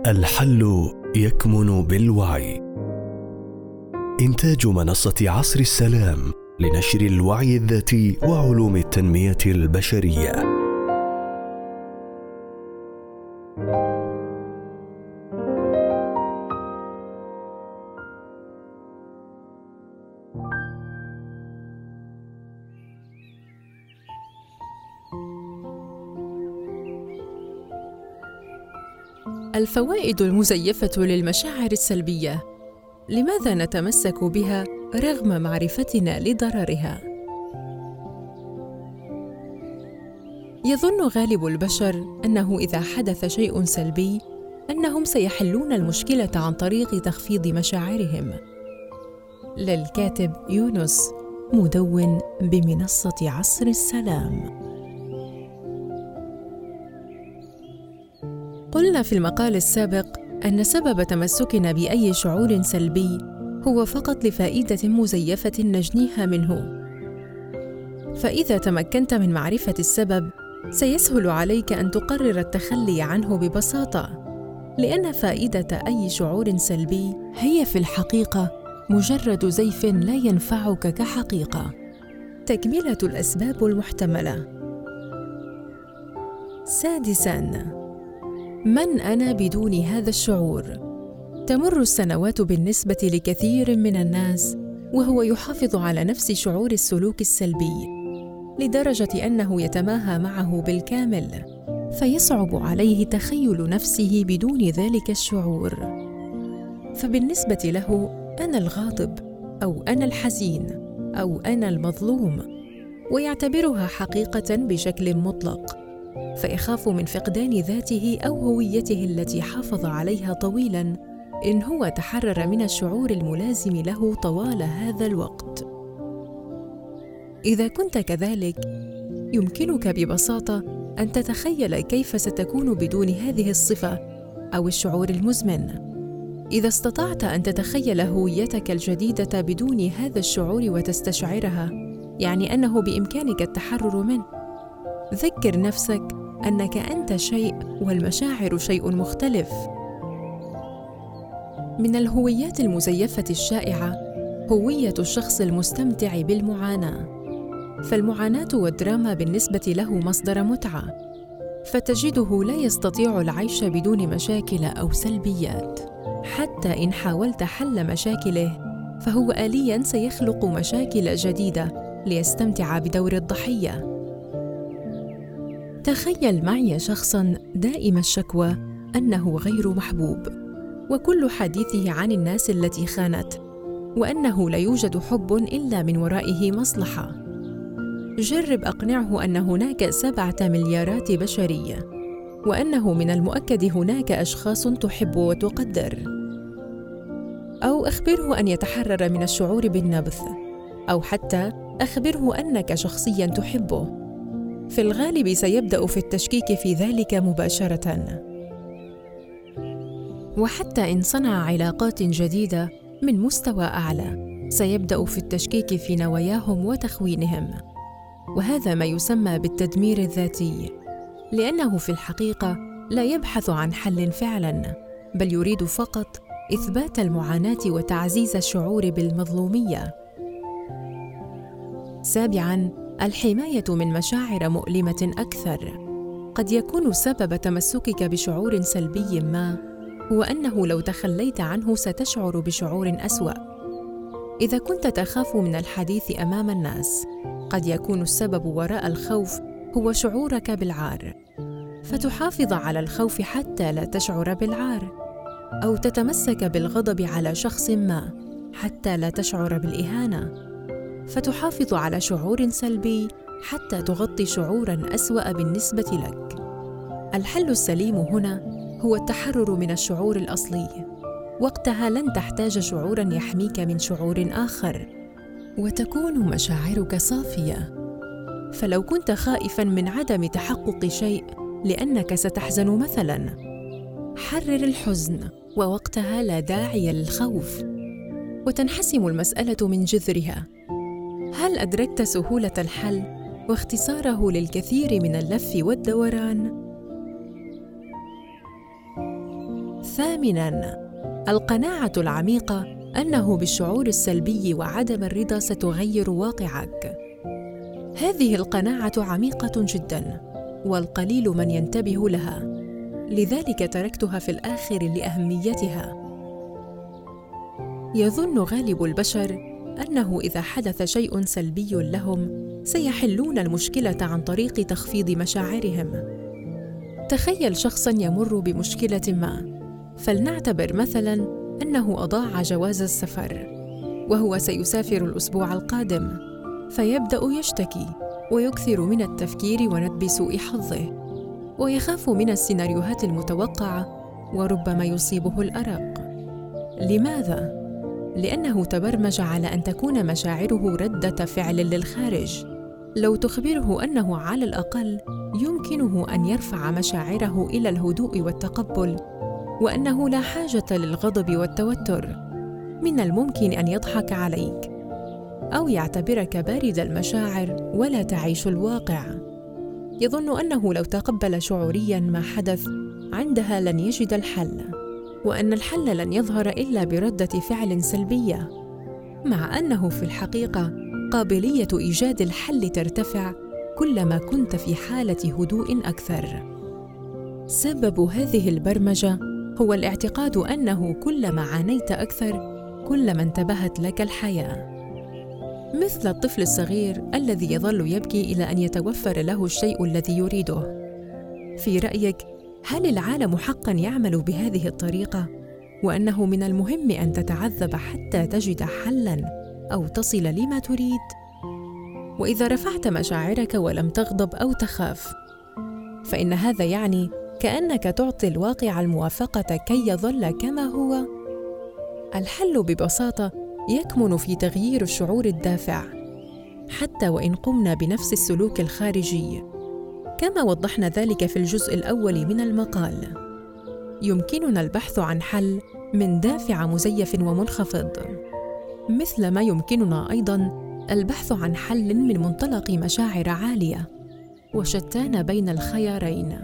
الحل يكمن بالوعي. إنتاج منصة عصر السلام لنشر الوعي الذاتي وعلوم التنمية البشرية. الفوائد المزيفة للمشاعر السلبية، لماذا نتمسك بها رغم معرفتنا لضررها؟ يظن غالب البشر أنه إذا حدث شيء سلبي أنهم سيحلون المشكلة عن طريق تخفيض مشاعرهم. للكاتب يونس، مدون بمنصة عصر السلام. قلنا في المقال السابق أن سبب تمسكنا بأي شعور سلبي هو فقط لفائدة مزيفة نجنيها منه. فإذا تمكنت من معرفة السبب، سيسهل عليك أن تقرر التخلي عنه ببساطة، لأن فائدة أي شعور سلبي هي في الحقيقة مجرد زيف لا ينفعك كحقيقة. تكملة الأسباب المحتملة. سادساً، من أنا بدون هذا الشعور؟ تمر السنوات بالنسبة لكثير من الناس وهو يحافظ على نفس شعور السلوك السلبي، لدرجة أنه يتماهى معه بالكامل، فيصعب عليه تخيل نفسه بدون ذلك الشعور. فبالنسبة له أنا الغاضب، أو أنا الحزين، أو أنا المظلوم، ويعتبرها حقيقة بشكل مطلق، فيخاف من فقدان ذاته أو هويته التي حافظ عليها طويلاً إن هو تحرر من الشعور الملازم له طوال هذا الوقت. إذا كنت كذلك، يمكنك ببساطة أن تتخيل كيف ستكون بدون هذه الصفة أو الشعور المزمن. إذا استطعت أن تتخيل هويتك الجديدة بدون هذا الشعور وتستشعرها، يعني أنه بإمكانك التحرر منه. ذكر نفسك أنك أنت شيء والمشاعر شيء مختلف. من الهويات المزيفة الشائعة هوية الشخص المستمتع بالمعاناة، فالمعاناة والدراما بالنسبة له مصدر متعة، فتجده لا يستطيع العيش بدون مشاكل أو سلبيات. حتى إن حاولت حل مشاكله، فهو آلياً سيخلق مشاكل جديدة ليستمتع بدور الضحية. تخيل معي شخصاً دائم الشكوى أنه غير محبوب، وكل حديثه عن الناس التي خانت، وأنه لا يوجد حب إلا من ورائه مصلحة. جرب أقنعه أن هناك 7 مليارات بشرية، وأنه من المؤكد هناك أشخاص تحب وتقدر. أو أخبره أن يتحرر من الشعور بالنبث، أو حتى أخبره أنك شخصياً تحبه. في الغالب سيبدأ في التشكيك في ذلك مباشرة. وحتى إن صنع علاقات جديدة من مستوى أعلى، سيبدأ في التشكيك في نواياهم وتخوينهم، وهذا ما يسمى بالتدمير الذاتي، لأنه في الحقيقة لا يبحث عن حل فعلاً، بل يريد فقط إثبات المعاناة وتعزيز الشعور بالمظلومية. 7. الحماية من مشاعر مؤلمة أكثر. قد يكون سبب تمسكك بشعور سلبي ما هو أنه لو تخليت عنه ستشعر بشعور أسوأ. إذا كنت تخاف من الحديث أمام الناس، قد يكون السبب وراء الخوف هو شعورك بالعار، فتحافظ على الخوف حتى لا تشعر بالعار، أو تتمسك بالغضب على شخص ما حتى لا تشعر بالإهانة، فتحافظ على شعور سلبي حتى تغطي شعوراً أسوأ بالنسبة لك. الحل السليم هنا هو التحرر من الشعور الأصلي. وقتها لن تحتاج شعوراً يحميك من شعور آخر، وتكون مشاعرك صافية. فلو كنت خائفاً من عدم تحقق شيء لأنك ستحزن مثلاً، حرر الحزن، ووقتها لا داعي للخوف، وتنحسم المسألة من جذرها. هل أدركت سهولة الحل واختصاره للكثير من اللف والدوران؟ ثامناً، القناعة العميقة أنه بالشعور السلبي وعدم الرضا ستغير واقعك. هذه القناعة عميقة جداً، والقليل من ينتبه لها، لذلك تركتها في الآخر لأهميتها. يظن غالب البشر أنه إذا حدث شيء سلبي لهم سيحلون المشكلة عن طريق تخفيض مشاعرهم. تخيل شخصاً يمر بمشكلة ما، فلنعتبر مثلاً أنه أضاع جواز السفر وهو سيسافر الأسبوع القادم، فيبدأ يشتكي ويكثر من التفكير وندب سوء حظه، ويخاف من السيناريوهات المتوقعة وربما يصيبه الأرق. لماذا؟ لأنه تبرمج على أن تكون مشاعره ردة فعل للخارج. لو تخبره أنه على الأقل يمكنه أن يرفع مشاعره إلى الهدوء والتقبل، وأنه لا حاجة للغضب والتوتر، من الممكن أن يضحك عليك أو يعتبرك بارد المشاعر ولا تعيش الواقع. يظن أنه لو تقبل شعورياً ما حدث عندها لن يجد الحل، وأن الحل لن يظهر إلا بردة فعل سلبية، مع أنه في الحقيقة قابلية إيجاد الحل ترتفع كلما كنت في حالة هدوء أكثر. سبب هذه البرمجة هو الاعتقاد أنه كلما عانيت أكثر كلما انتبهت لك الحياة. مثل الطفل الصغير الذي يظل يبكي إلى أن يتوفر له الشيء الذي يريده. في رأيك، هل العالم حقاً يعمل بهذه الطريقة؟ وأنه من المهم أن تتعذب حتى تجد حلاً أو تصل لما تريد؟ وإذا رفعت مشاعرك ولم تغضب أو تخاف، فإن هذا يعني كأنك تعطي الواقع الموافقة كي يظل كما هو. الحل ببساطة يكمن في تغيير الشعور الدافع، حتى وإن قمنا بنفس السلوك الخارجي، كما وضحنا ذلك في الجزء الأول من المقال. يمكننا البحث عن حل من دافع مزيف ومنخفض، مثل ما يمكننا أيضاً البحث عن حل من منطلق مشاعر عالية، وشتان بين الخيارين.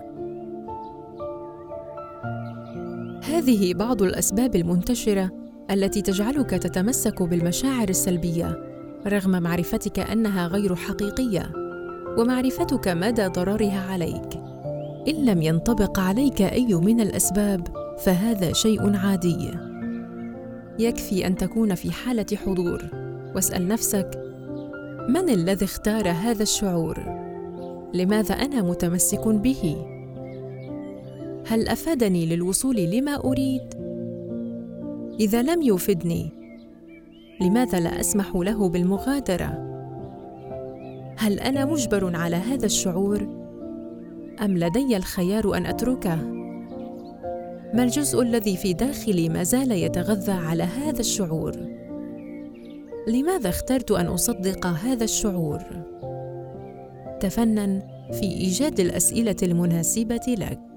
هذه بعض الأسباب المنتشرة التي تجعلك تتمسك بالمشاعر السلبية رغم معرفتك أنها غير حقيقية، ومعرفتك مدى ضررها عليك. إن لم ينطبق عليك أي من الأسباب فهذا شيء عادي. يكفي أن تكون في حالة حضور واسأل نفسك: من الذي اختار هذا الشعور؟ لماذا أنا متمسك به؟ هل أفادني للوصول لما أريد؟ إذا لم يفدني، لماذا لا أسمح له بالمغادرة؟ هل أنا مجبر على هذا الشعور؟ أم لدي الخيار أن أتركه؟ ما الجزء الذي في داخلي ما زال يتغذى على هذا الشعور؟ لماذا اخترت أن أصدق هذا الشعور؟ تفنن في إيجاد الأسئلة المناسبة لك.